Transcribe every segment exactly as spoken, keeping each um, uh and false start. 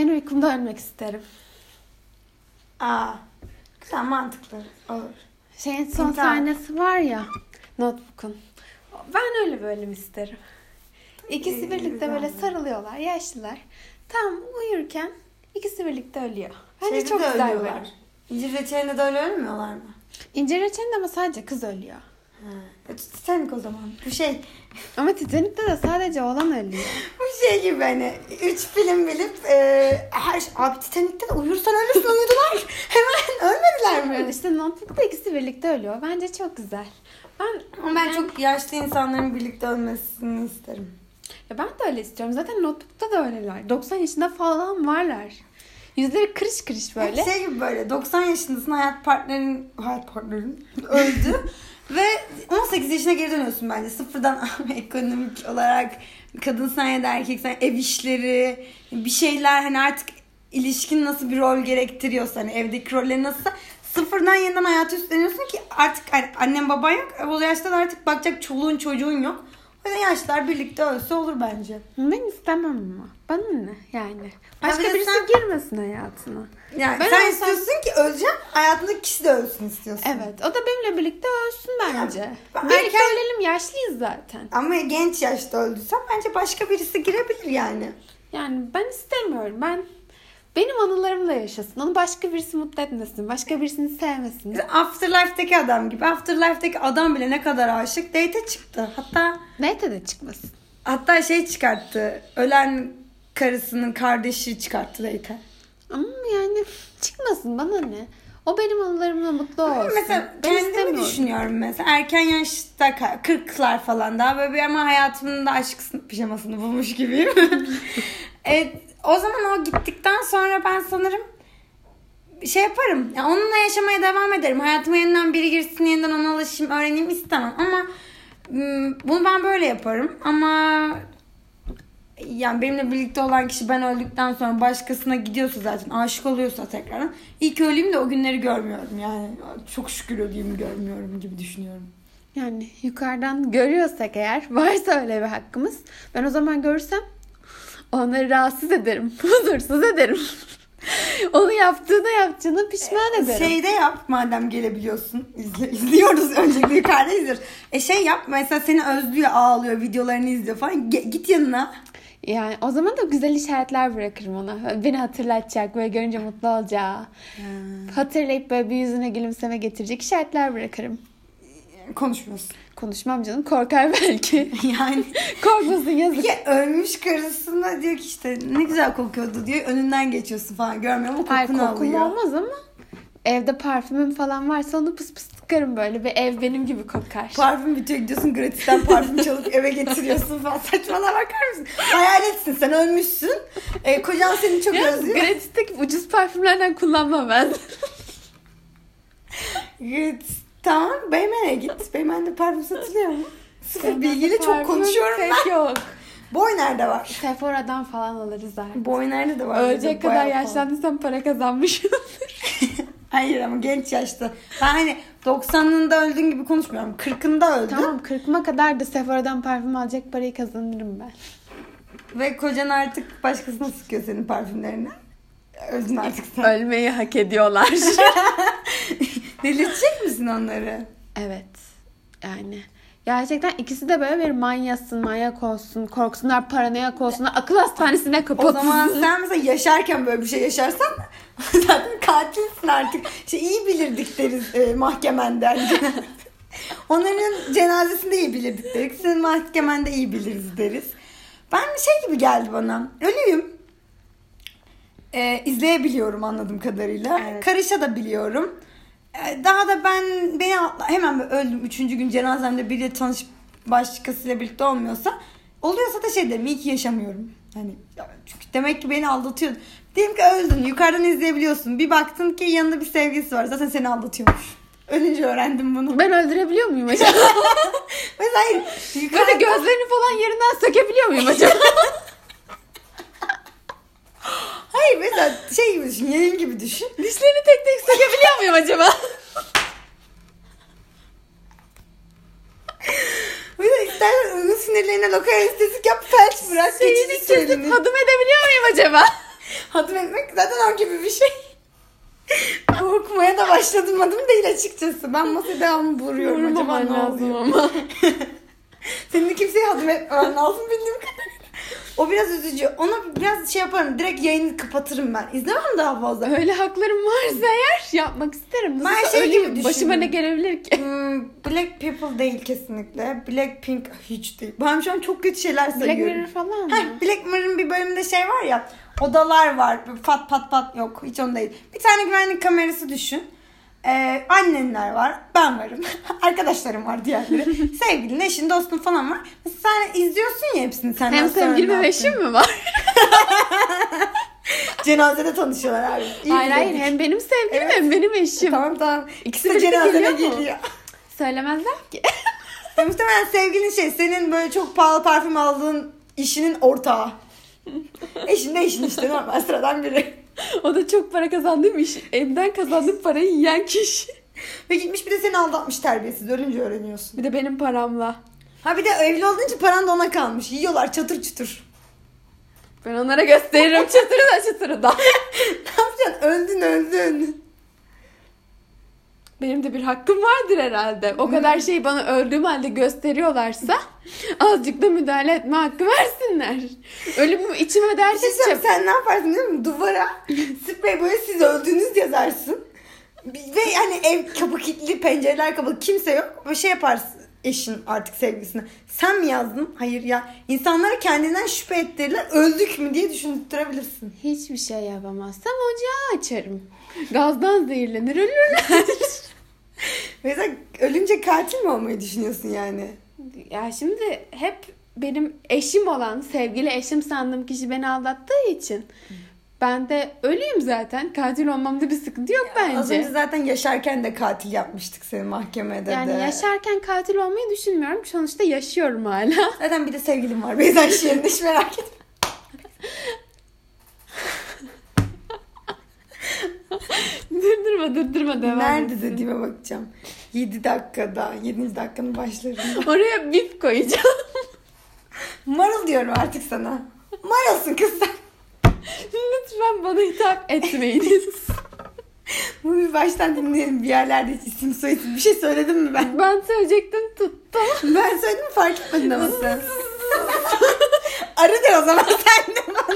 senin uykumda ölmek isterim. Aa, güzel, mantıklı. Olur. Şeyin son İntihar. sahnesi var ya, Notebook'un. Ben öyle bir ölüm isterim. İkisi birlikte güzel. böyle sarılıyorlar, yaşlılar. Tam uyurken ikisi birlikte ölüyor. Bence Şeyde çok de güzel bir ölüyorlar. ölüm. İncir reçelinde de öyle ölmüyorlar mı? İncir reçelinde ama sadece kız ölüyor. Ha. Titanic o zaman. Bu şey, Ama Titanic'te de sadece oğlan ölüyor. bu şey gibi hani üç film bilip e, her şey. Abi Titanic'te de uyursan ölürsün, uyudular. Hemen ölmediler mi? İşte Notebook'ta ikisi birlikte ölüyor. Bence çok güzel. Ben Ama ben yani- çok yaşlı insanların birlikte ölmesini isterim. Ya ben de öyle istiyorum. Zaten Notebook'ta da öyleler. doksan yaşında falan varlar. Yüzleri kırış kırış böyle. Şey gibi böyle doksan yaşındasın, hayat partnerin hayat partnerin öldü ve on sekiz yaşına geri dönüyorsun bence. Sıfırdan ekonomik olarak kadınsan ya da erkeksen ev işleri, bir şeyler, hani artık ilişkin nasıl bir rol gerektiriyorsa, hani evdeki rolleri nasılsa sıfırdan yeniden hayatı üstleniyorsun ki artık hani annen baban yok. O yaşta da artık bakacak çoluğun çocuğun yok. O yüzden yaşlılar birlikte ölse olur bence. Ben istemem ama. Bana ne yani? Başka Ya birisi sen- girmesin hayatına. Yani Ben sen olsam- istiyorsun ki öleceğim, hayatındaki kişi de ölsün istiyorsun. Evet. O da benimle birlikte ölsün bence. ben Birlikte erken- ölelim. Yaşlıyız zaten. Ama genç yaşta öldüysem bence başka birisi girebilir yani. Yani ben istemiyorum. Ben benim anılarımla yaşasın. Onu başka birisi mutlu etmesin. Başka birisini sevmesin. Afterlife'deki adam gibi. Afterlife'deki adam bile ne kadar aşık. Date çıktı. Hatta Neyse de çıkmasın. hatta şey çıkarttı. Ölen karısının kardeşi çıkarttı date. Ama yani çıkmasın, bana ne? O benim anılarımla mutlu olsun. Mesela Ben kendimi istemiyorum. düşünüyorum mesela. Erken yaşta kırklar falan daha böyle bir, ama hayatımın da aşk pijamasını bulmuş gibiyim. e, o zaman o gittikten sonra ben sanırım şey yaparım. Yani onunla yaşamaya devam ederim. Hayatıma yeniden biri girsin, yeniden ona alışayım, öğreneyim istemem. Ama bunu ben böyle yaparım. Ama yani benimle birlikte olan kişi ben öldükten sonra başkasına gidiyorsa, zaten aşık oluyorsa tekrardan, ilk öleyim de o günleri görmüyorum. Yani çok şükür öleyim, görmüyorum gibi düşünüyorum. Yani yukarıdan görüyorsak eğer, varsa öyle bir hakkımız, ben o zaman görürsem onları rahatsız ederim. Huzursuz ederim. Onu yaptığına yaptığına pişman ederim. Şeyde yap madem gelebiliyorsun. İzle, izliyoruz öncelikle, yukarıda izliyoruz. E şey yap mesela, seni özlüyor, ağlıyor, videolarını izliyor falan. Ge- git yanına. Yani o zaman da güzel işaretler bırakırım ona. Beni hatırlatacak, böyle görünce mutlu olacağı. Hmm. Hatırlayıp böyle bir yüzüne gülümseme getirecek işaretler bırakırım. Konuşmuyorsun. Konuşmam canım, korkar belki. Yani Korkmasın, yazık. ya ölmüş karısına diyor ki işte ne güzel kokuyordu diyor. Önünden geçiyorsun falan, görmüyor ama Ay, kokunu kokum alıyor. olmaz ama evde parfümüm falan varsa onu pıs pıs sıkarım böyle. Bir ev benim gibi kokar. Parfüm bitiyor, gidiyorsun gratisten parfüm çalıp eve getiriyorsun falan. Saçmalama, bakar mısın? Hayaletsin, sen ölmüşsün. E, kocan seni çok Ya, özlüyor. gratisteki ucuz parfümlerden kullanmam ben. Git. Tamam, Beymen'e git. Beymen'de parfüm satılıyor mu? Sıfır bilgiyle çok Parfüm konuşuyorum pek ben. yok. Boy nerede var? Sephora'dan falan alırız artık. Boy nerede de var? Ölecek Bayağı kadar pahalı. yaşlandıysam para kazanmışımdır. Hayır ama genç yaşta. Ben hani doksanında öldüğün gibi konuşmuyorum. kırkında öldün. Tamam, kırkıma kadar da Sephora'dan parfüm alacak parayı kazanırım ben. Ve kocan artık başkasına sıkıyor senin parfümlerini. Öldün artık sen. Ölmeyi hak ediyorlar. Delirtecek misin onları? Evet. Yani gerçekten ikisi de böyle bir manyasın, manyak olsun, korksunlar, paranoyak olsunlar, akıl hastanesine kapatılsın. O zaman sen mesela yaşarken böyle bir şey yaşarsan zaten katilsin artık. İşte iyi bilirdik deriz e, mahkemende. Onların cenazesinde iyi bilirdik deriz. Senin mahkemende iyi biliriz deriz. Ben şey gibi geldi bana. Ölüyüm. E, izleyebiliyorum anladığım kadarıyla. Evet. Karışabiliyorum. E, daha da ben beni hemen böyle öldüm. Üçüncü gün cenazemde biriyle tanışıp başkasıyla birlikte olmuyorsa, oluyorsa da şey derim, iyi ki yaşamıyorum. Hani çünkü demek ki beni aldatıyordu. Diyelim ki öldün, yukarıdan izleyebiliyorsun. Bir baktın ki yanında bir sevgilisi var. Zaten seni aldatıyormuş. Ölünce öğrendim bunu. Ben öldürebiliyor muyum acaba? Mesela hayır. Yukarıdan... Böyle gözlerini falan yerinden sökebiliyor muyum acaba? Hayır mesela şey gibi düşün, yayın gibi düşün. Dişlerini tek tek sökebiliyor muyum acaba? O yüzden istersen uygun sinirlerine lokal anestezik yap, felç bırak. Şeyini geçici söyleyeyim. kesip hadım edebiliyor muyum acaba? Hazmetmek zaten o gibi bir şey. Korkmaya da başladım adım değil açıkçası. Ben masaya devamlı vuruyorum. Acaba ne lazım oluyor? ama. Senin de kimseye hazmetmemen lazım bildiğim kadarıyla. O biraz üzücü. Ona biraz şey yaparım. Direkt yayını kapatırım ben. İzlemem daha fazla. Öyle haklarım varsa eğer yapmak isterim. Nasıl Ben şey öleyim? gibi Başıma ne düşünüyorum. gelebilir ki? Hmm, Black People değil kesinlikle. Blackpink hiç değil. Ben şu an çok kötü şeyler Black sayıyorum. Mirror falan mı? Heh, Black Mirror'ın bir bölümünde şey var ya. Odalar var. Pat pat pat yok. Hiç on değil. Bir tane güvenlik kamerası düşün. Ee, annenler var. Ben varım. Arkadaşlarım var diğerleri. Sevgilin, eşin, dostun falan var. Mesela sen izliyorsun ya hepsini. Senden Hem sevgilim hem eşim mi var? Cenazede tanışıyorlar abi. İyi hayır hayır biledik. hem benim sevgilim Evet. hem benim eşim. Tamam tamam. İkisi İkisi de birlikte cenazene geliyor mu? geliyor. Söylemezler ki. Ya muhtemelen sevgilin şey senin böyle çok pahalı parfüm aldığın işinin ortağı. Eşin de eşin işte normal sıradan biri. O da çok para kazandığım iş. Evden kazandığım parayı yiyen kişi. Ve gitmiş bir de seni aldatmış terbiyesiz. Ölünce öğreniyorsun. Bir de benim paramla. Ha bir de evli olduğun için paran da ona kalmış. Yiyorlar çatır çutur. Ben onlara gösteririm çıtırı da çıtırı da. Ne yapacaksın? Öldün öldün. Benim de bir hakkım vardır herhalde. O kadar şeyi bana öldüğüm halde gösteriyorlarsa azıcık da müdahale etme hakkı versinler. Ölümümü içime dert Bir şey söyleyeyim, edeceğim. sen ne yaparsın biliyor musun? Duvara sprey böyle siz öldünüz yazarsın. Ve hani ev kapı kilitli, pencereler kapalı, kimse yok. Böyle şey yaparsın eşin artık sevgilisine. Sen mi yazdın? Hayır ya. İnsanlara kendinden şüphe ettirirler. Öldük mü diye düşündürebilirsin. Hiçbir şey yapamazsam ocağı açarım. Gazdan zehirlenir ölürler. Mesela ölünce katil mi olmayı düşünüyorsun yani? Ya şimdi hep benim eşim olan, sevgili eşim sandığım kişi beni aldattığı için ben de ölüyüm zaten. Katil olmamda bir sıkıntı yok bence. Az önce zaten yaşarken de katil yapmıştık seni mahkemede yani de. yaşarken katil olmayı düşünmüyorum. Sonuçta yaşıyorum hala. Zaten bir de sevgilim var. Beyza Şirin'de hiç merak etme. durdurma durdurma devam Nerede etsin. dediğime bakacağım. yedi dakikada. yedinci dakikanın başlarında. Oraya bip koyacağım. Marul diyorum artık sana. Marulsun kız sen. Lütfen bana hitap etmeyiniz. Bunu bir baştan dinleyelim. Bir yerlerde hiç isim soyisim bir şey söyledim mi ben? Ben söyleyecektim tuttum. Ben söyledim mi fark etmedin ama sen. Arı de o zaman sen de bana.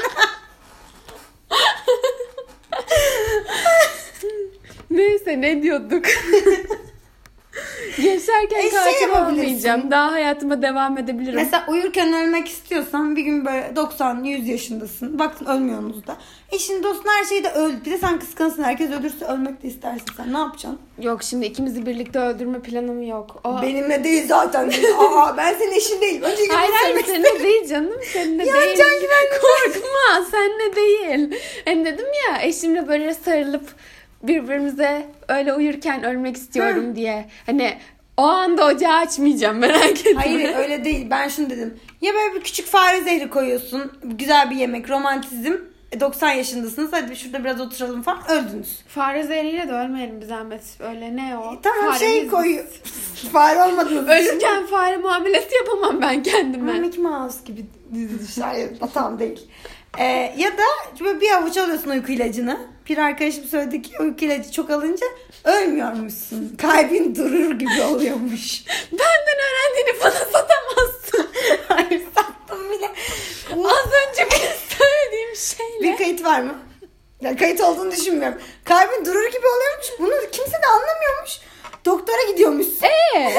Neyse ne diyorduk? Yaşarken E, şey katil yapabilirsin. olmayacağım. Daha hayatıma devam edebilirim. Mesela uyurken ölmek istiyorsan bir gün böyle doksan yüz yaşındasın. Baktın ölmüyorsunuz da. Eşin dostun her şeyi de öl. Bir de sen kıskansın. Herkes ölürse ölmek de istersin sen. Ne yapacaksın? Yok şimdi ikimizi birlikte öldürme planım yok. O... Benimle değil zaten. Aa ben senin eşin değilim. Önce gibi Hayır hayır söylemek seninle değil canım. Seninle Ya değil. can güvenlik. Korkma seninle değil. Hani dedim ya eşimle böyle sarılıp birbirimize öyle uyurken ölmek istiyorum Hı. diye. Hani o anda ocağı açmayacağım merak etme. Hayır öyle değil. Ben şunu dedim. Ya böyle bir küçük fare zehri koyuyorsun. Güzel bir yemek, romantizm. E, doksan yaşındasınız. Hadi şurada biraz oturalım falan. Öldünüz. Fare zehriyle de ölmeyelim bir zahmet. Öyle ne o? E, tamam Fare şey biz- koy. Fare olmadınız. Ölürken fare muamelesi yapamam ben kendime. Mickey Mouse gibi dizi düşler. Ya, tamam değil. Ee, ya da böyle bir avuç alıyorsun uyku ilacını. Bir arkadaşım söyledi ki uyku ilacı çok alınca ölmüyormuşsun. Kalbin durur gibi oluyormuş. Benden öğrendiğini bana satamazsın. Hayır sattım bile. Az önce bir söylediğim şeyle. Bir kayıt var mı? Ya kayıt olduğunu düşünmüyorum. Kalbin durur gibi oluyormuş. Bunu kimse de anlamıyormuş. Doktora gidiyormuşsun. Eee?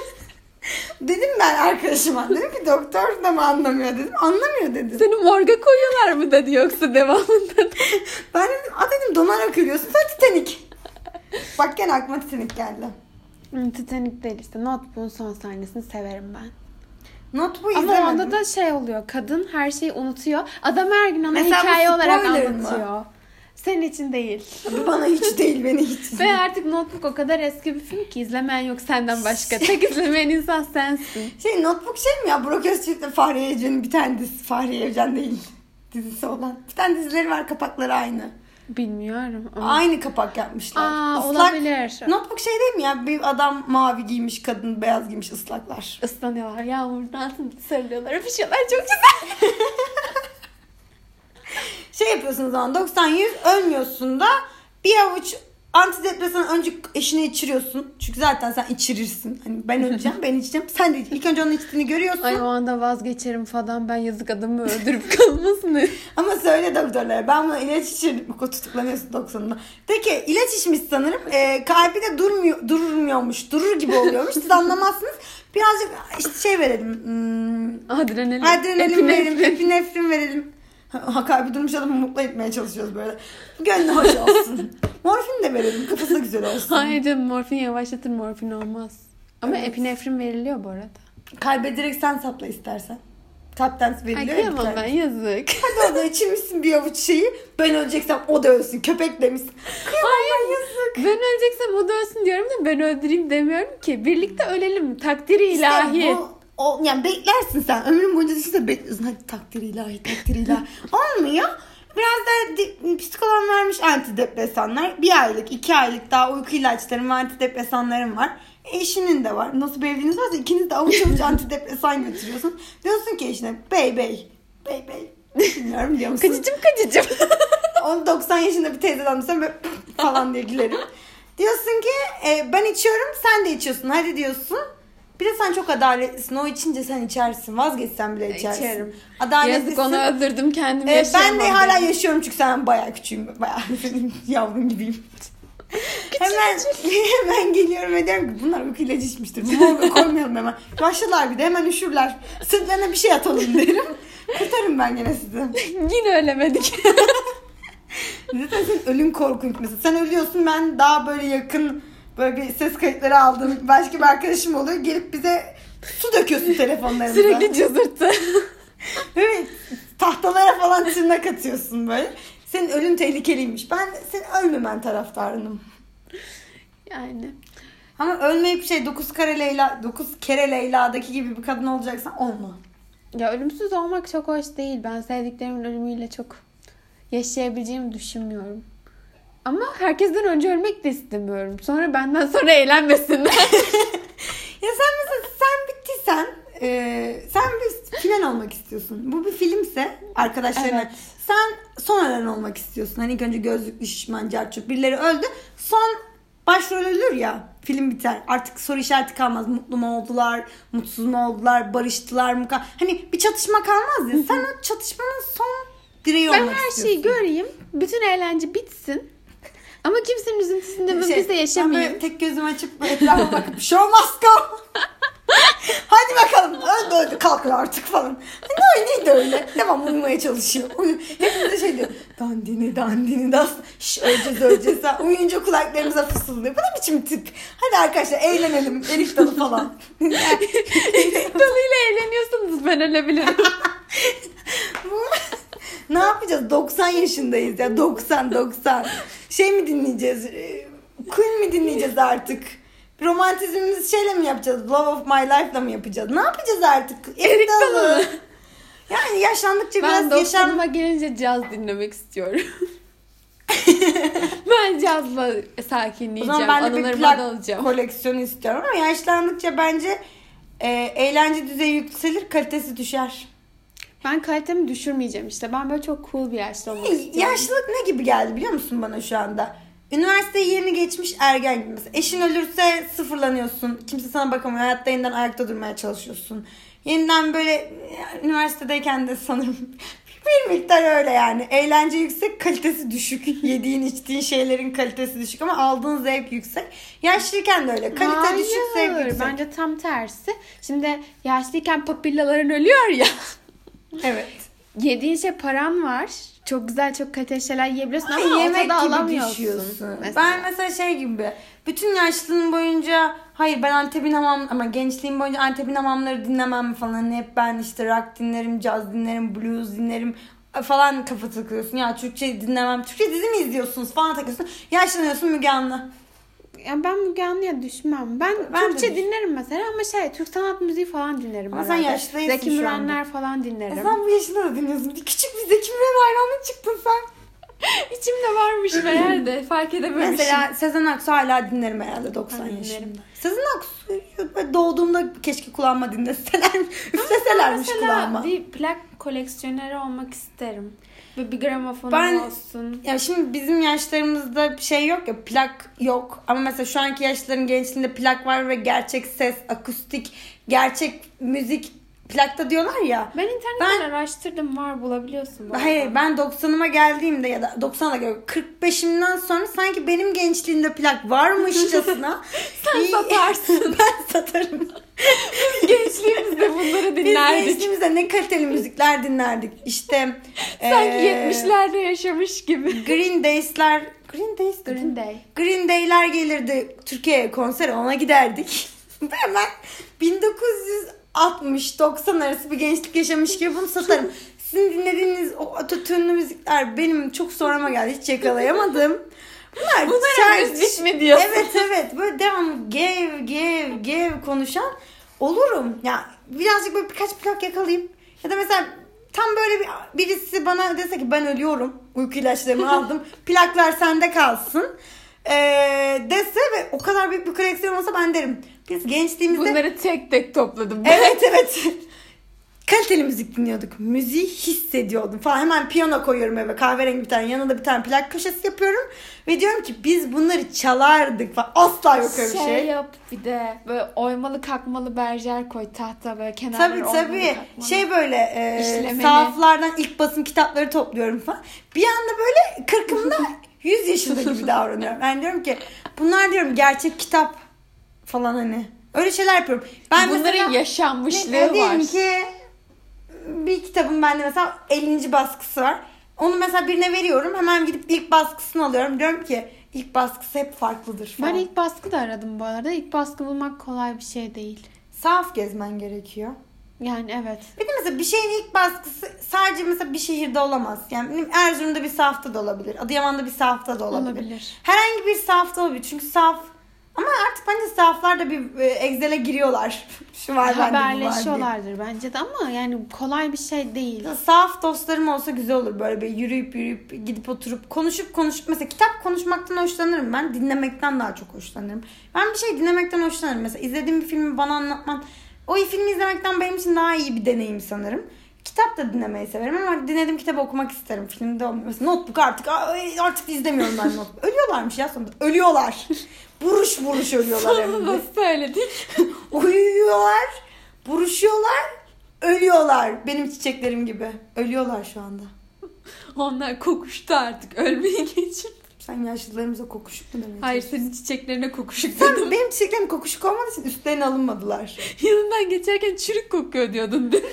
Dedim ben arkadaşıma. Dedim ki doktor da mı anlamıyor dedim. Anlamıyor dedim. Seni morga koyuyorlar mı dedi yoksa devamında da. Ben dedim a dedim donarak ölüyorsun. Sonra Titanic. Bak gene aklıma Titanic geldi. Hmm, Titanic değil işte. Notebook'un son sahnesini severim ben. Notebook'u Ama izlemedim. onda da şey oluyor. Kadın her şeyi unutuyor. Adam her gün ona Mesela bu hikaye olarak spoiler mı? anlatıyor. Senin için değil. Bana hiç değil beni hiç. Ve artık Notebook o kadar eski bir film ki izlemeyen yok senden başka. Tek izlemeyen insan sensin. Şey Notebook şey mi ya? Burak Özçivit'le Fahriye Evcen'in bir tane dizisi. Fahriye Evcen değil dizisi olan. Bir tane dizileri var kapakları aynı. Bilmiyorum. Ama... Aynı kapak yapmışlar. Aa, Islak. olabilir. Notebook şey değil mi ya? Bir adam mavi giymiş, kadın beyaz giymiş ıslaklar. Islanıyorlar. Yağmurdan sarılıyorlar. Öpüşüyorlar. Çok güzel. Şey yapıyorsun o zaman doksan yüz ölmüyorsun da bir avuç antidepresan önce eşine içiriyorsun. Çünkü zaten sen içirirsin. Hani ben öleceğim, ben içeceğim. Sen de ilk önce onun içtiğini görüyorsun. Ay o anda vazgeçerim falan. Ben yazık adamı öldürüp kalmasın. Ama söyle doktorlara. Ben buna ilaç içirdim. Tutuklanıyorsun doksanında. De ki ilaç içmiş sanırım. E, kalbi de durmuyor, durmuyormuş. Durur gibi oluyormuş. Siz anlamazsınız. Birazcık işte şey verelim. Hmm, adrenalin. Adrenalin verelim. Epinefrin verelim. Ha, kalbi durmuş adamı mutlu etmeye çalışıyoruz böyle. Gönlü hoş olsun. Morfin de verelim. Kafası da güzel olsun. Hayır canım, morfin yavaşlatır, morfin olmaz. Ama evet. Epinefrin veriliyor bu arada. Kalbe direkt sen sapla istersen. Tapten veriliyor. Ay kıyamam ben, yazık. Hadi orada içirmişsin bir avuç şeyi. Ben öleceksem o da ölsün. Köpek demişsin. Kıyamam ben, yazık. Ben öleceksem o da ölsün diyorum da ben öldüreyim demiyorum ki. Birlikte ölelim. Takdiri ilahi. İşte bu, o, yani beklersin sen. Ömrün boyunca işte bekliyorsun. Hadi takdiri ilahi, takdiri ilahi. Olmuyor. Biraz da di- psikolog vermiş antidepresanlar. Bir aylık, iki aylık daha uyku ilaçlarım ve antidepresanlarım var. Eşinin de var. Nasıl bir evliliğiniz varsa ikiniz de avuç avuç antidepresan götürüyorsun. Diyorsun ki eşine bey bey, bey bey. Bilmiyorum diyor musun? Kıcıcım kıcıcım. Onu doksan yaşında bir teyzeden desem böyle falan diye gülerim. Diyorsun ki e, ben içiyorum, sen de içiyorsun. Hadi diyorsun. Bir de sen çok adaletlisin. O içince sen içersin. Vazgeçsen bile içersin. İçerim. Adaletlisin. Yazık, onu öldürdüm, kendimi ee, yaşayamam. Ben de hala yaşıyorum çünkü sen bayağı küçüğüm. Bayağı yavrun gibiyim. hemen hemen geliyorum ve diyorum ki bunlar uyku ilacı içmiştir. Bunu koymayalım hemen. Başlarlar bir de hemen üşürler. Sırtlarına bir şey atalım derim. Kurtarım ben gene sizi. Yine ölemedik. Zaten senin ölüm korkunç mesela. Sen ölüyorsun, ben daha böyle yakın böyle bir ses kayıtları aldığım başka bir arkadaşım oluyor. Gelip bize su döküyorsun telefonlarımıza. Sürekli cızırtı. Evet. Tahtalara falan tırnak atıyorsun böyle. Senin ölüm tehlikeliymiş. Ben senin ölmemen taraftarınım. Yani. Ama ölmeyip şey dokuz kere Leyla, dokuz kere Leyla'daki gibi bir kadın olacaksan olma. Ya ölümsüz olmak çok hoş değil. Ben sevdiklerimin ölümüyle çok yaşayabileceğimi düşünmüyorum. Ama herkesten önce ölmek de istemiyorum. Sonra benden sonra eğlenmesinler. Ya sen mesela sen bittiysen e, sen bir final olmak istiyorsun. Bu bir filmse arkadaşlarına evet. Sen son ölen olmak istiyorsun. Hani ilk önce gözlüklü şişman carçurt birileri öldü. Son başrol ölür ya, film biter. Artık soru işareti kalmaz. Mutlu mu oldular, mutsuz mu oldular, barıştılar mı? Hani bir çatışma kalmaz ya. Sen o çatışmanın son direği olmak istiyorsun. Ben her şeyi göreyim. Bütün eğlence bitsin. Ama kimsenin üzüntüsünde şey, mümkünse yaşamayayım. Ben tek gözümü açıp etrafa bakıp show must go. Hadi bakalım. Öldü öldü kalkın artık falan. Ne neydi öyle? Devam uyumaya çalışıyor. Hepimiz de şey diyor. Dandini dandini das. Şş öleceğiz öleceğiz. Uyuyunca kulaklarımıza fısıldıyor. Bu ne biçim tip? Hadi arkadaşlar eğlenelim. Erik dalı falan. Erik dalıyla eğleniyorsunuz, ben ölebilirim. Ne yapacağız? doksan yaşındayız ya. doksan doksan. Şey mi dinleyeceğiz? Queen mi dinleyeceğiz artık? Romantizmimizi şeyle mi yapacağız? Love of my life'la mı yapacağız? Ne yapacağız artık? Erik dalı. Yani yaşlandıkça ben biraz yaşam... Ben doksanıma gelince caz dinlemek istiyorum. Ben cazla sakinleyeceğim. O zaman ben de bir plak alacağım. Koleksiyonu istiyorum ama yaşlandıkça bence e, eğlence düzeyi yükselir, kalitesi düşer. Ben kalitemi düşürmeyeceğim işte. Ben böyle çok cool bir yaşlı olmak istiyorum. Yaşlılık ne gibi geldi biliyor musun bana şu anda? Üniversiteyi yeni geçmiş ergen gibi. Mesela eşin ölürse sıfırlanıyorsun. Kimse sana bakamıyor. Hayatta yeniden ayakta durmaya çalışıyorsun. Yeniden böyle üniversitedeyken de sanırım bir miktar öyle yani. Eğlence yüksek, kalitesi düşük. Yediğin içtiğin şeylerin kalitesi düşük ama aldığın zevk yüksek. Yaşlıyken de öyle. Kalite Hayır, düşük, zevk yüksek. Bence tam tersi. Şimdi yaşlıyken papillaların ölüyor ya. Evet. Yediğin şey paran var. Çok güzel, çok kaliteli şeyler yiyebiliyorsun ama Ay, yemek ortada gibi alamıyorsun. Düşüyorsun. Mesela. Ben mesela şey gibi. Bütün yaşlılığım boyunca hayır ben Antep'in hamam ama gençliğim boyunca Antep'in hamamları dinlemem falan. Hani hep ben işte rock dinlerim, caz dinlerim, blues dinlerim falan kafa takıyorsun. Ya Türkçe dinlemem. Türkçe dizi mi izliyorsunuz falan takıyorsun. Yaşlanıyorsun Müge Anlı. Ya ben Müge Anlı'ya düşmem. Ben, ben Türkçe dinlerim mesela ama şey Türk sanat müziği falan dinlerim. Ama sen yaşlıysın Zeki Mürenler falan dinlerim. E sen bu yaşında da dinliyorsun. Bir küçük bir Zeki Müren hayranlığı çıktın sen. İçimde varmış meğer de fark edememişim. Mesela Sezen Aksu hala dinlerim herhalde doksan yaşında. Sezen Aksu doğduğumda keşke kulağıma dinleseler. Üfleselermiş kulağıma. Bir plak koleksiyoneri olmak isterim. Böyle bir gramofonum Ben- olsun. Ya şimdi bizim yaşlarımızda bir şey yok ya, plak yok. Ama mesela şu anki yaşlıların gençliğinde plak var ve gerçek ses, akustik, gerçek müzik plakta diyorlar ya. Ben internetten Ben- araştırdım, var, bulabiliyorsun. bu arada. Hayır, ben doksanıma geldiğimde ya da doksana göre kırk beşimden sonra sanki benim gençliğimde plak varmışçasına Sen satarsın. ben satarım. Gençliğimizde bunları Biz dinlerdik. gençliğimizde ne kaliteli müzikler dinlerdik. İşte Sanki eee, yetmişlerde yaşamış gibi. Green Days'ler Green Days Green Day. Green Day'ler gelirdi Türkiye'ye konsere, ona giderdik. Ve ben bin dokuz yüz altmış doksan arası bir gençlik yaşamış gibi bunu satarım. Sizin dinlediğiniz o ototünlü müzikler benim çok sonrama geldi. Hiç yakalayamadım. Bunlar, Bunlar çay- henüz bitmedi. Evet evet, böyle devam gev gev gev konuşan olurum. Ya birazcık böyle birkaç plak yakalayayım. Ya da mesela tam böyle bir, birisi bana dese ki ben ölüyorum, uyku ilaçlarımı aldım, plaklar sende kalsın ee, dese ve o kadar büyük bir koleksiyon olsa ben derim. Biz gençliğimizde... Bunları tek tek topladım. Evet evet. Kaliteli müzik dinliyorduk. Müziği hissediyordum falan. Hemen piyano koyuyorum eve. Kahverengi bir tane. Yanında bir tane plak köşesi yapıyorum. Ve diyorum ki biz bunları çalardık falan. Asla yok öyle bir Şey şey. yap bir de böyle oymalı kakmalı berjer koy tahta, böyle kenarları Tabii oymalı tabii. kakmalı. Şey böyle e, İşlemeli. sahaflardan ilk basım kitapları topluyorum falan. Bir anda böyle kırkımda yüz yaşında gibi davranıyorum. Ben diyorum ki bunlar diyorum gerçek kitap falan hani. Öyle şeyler yapıyorum. Ben Bunların mesela, yaşanmışlığı ne, var. diyelim ki bir kitabın bende mesela ellinci baskısı var. Onu mesela birine veriyorum. Hemen gidip ilk baskısını alıyorum. Diyorum ki ilk baskısı hep farklıdır falan. Ben ilk baskı da aradım bu arada. İlk baskı bulmak kolay bir şey değil. Sahaf gezmen gerekiyor. Yani evet. Bir de mesela bir şeyin ilk baskısı sadece mesela bir şehirde olamaz. Yani benim Erzurum'da bir sahafta da olabilir. Adıyaman'da bir sahafta da olabilir. Olabilir. Herhangi bir sahafta olabilir. Çünkü sahaf... Ama artık bence sahaflar da bir e, Excel'e giriyorlar. Şu var bende, bu var diye. Haberleşiyorlardır bence de ama yani kolay bir şey değil. Sahaf dostlarım olsa güzel olur. Böyle bir yürüyüp yürüyüp gidip oturup konuşup konuşup. Mesela kitap konuşmaktan hoşlanırım ben. Dinlemekten daha çok hoşlanırım. Ben bir şey dinlemekten hoşlanırım. Mesela izlediğim bir filmi bana anlatman. O filmi izlemekten benim için daha iyi bir deneyim sanırım. Kitap da dinlemeyi severim ama dinlediğim kitabı okumak isterim. Filmde olmuyor. Mesela Notebook artık artık izlemiyorum ben Notebook. Ölüyorlarmış ya sonunda. Ölüyorlar. Buruş buruş ölüyorlar hem de. Nasıl söyledik? Uyuyorlar, buruşuyorlar, ölüyorlar. Benim çiçeklerim gibi. Ölüyorlar şu anda. Onlar kokuştu artık. Ölmeye geçip. Sen yaşlılarımıza kokuşuk mu demeye Hayır, çalışıyorsun? senin çiçeklerine kokuşuk Sen dedim. benim çiçeklerim kokuşuk olmadığı için üstlerine alınmadılar. Yanından geçerken çürük kokuyor diyordun dün.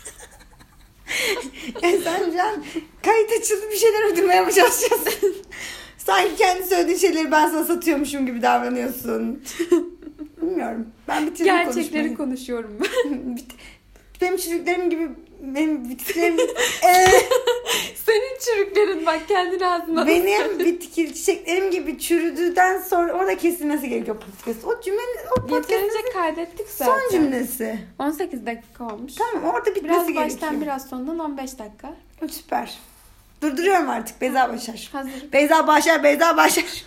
Yani sen can kayıt açıldı bir şeyler uydurmaya mı çalışıyorsun? Sanki kendi söylediğin şeyleri ben sana satıyormuşum gibi davranıyorsun. Bilmiyorum. Ben bitirdim Gerçekleri konuşmayı. konuşuyorum ben. Bit- benim çocuklarım gibi benim bitkilerim Ee, Senin çürüklerin bak, kendini ağzına. benim bitki çiçeklerim gibi çürüdüğünden sonra orada kesilmesi gerekiyor podcast. O cümlenin o podcast'ın Yeterince kaydettik zaten. son cümlesi. on sekiz dakika olmuş. Tamam, orada bitmesi Biraz gerekiyor. baştan biraz sondan on beş dakika. Süper. Durduruyorum artık. Beyza Başar. Hazır. Beyza Başar, Beyza Başar.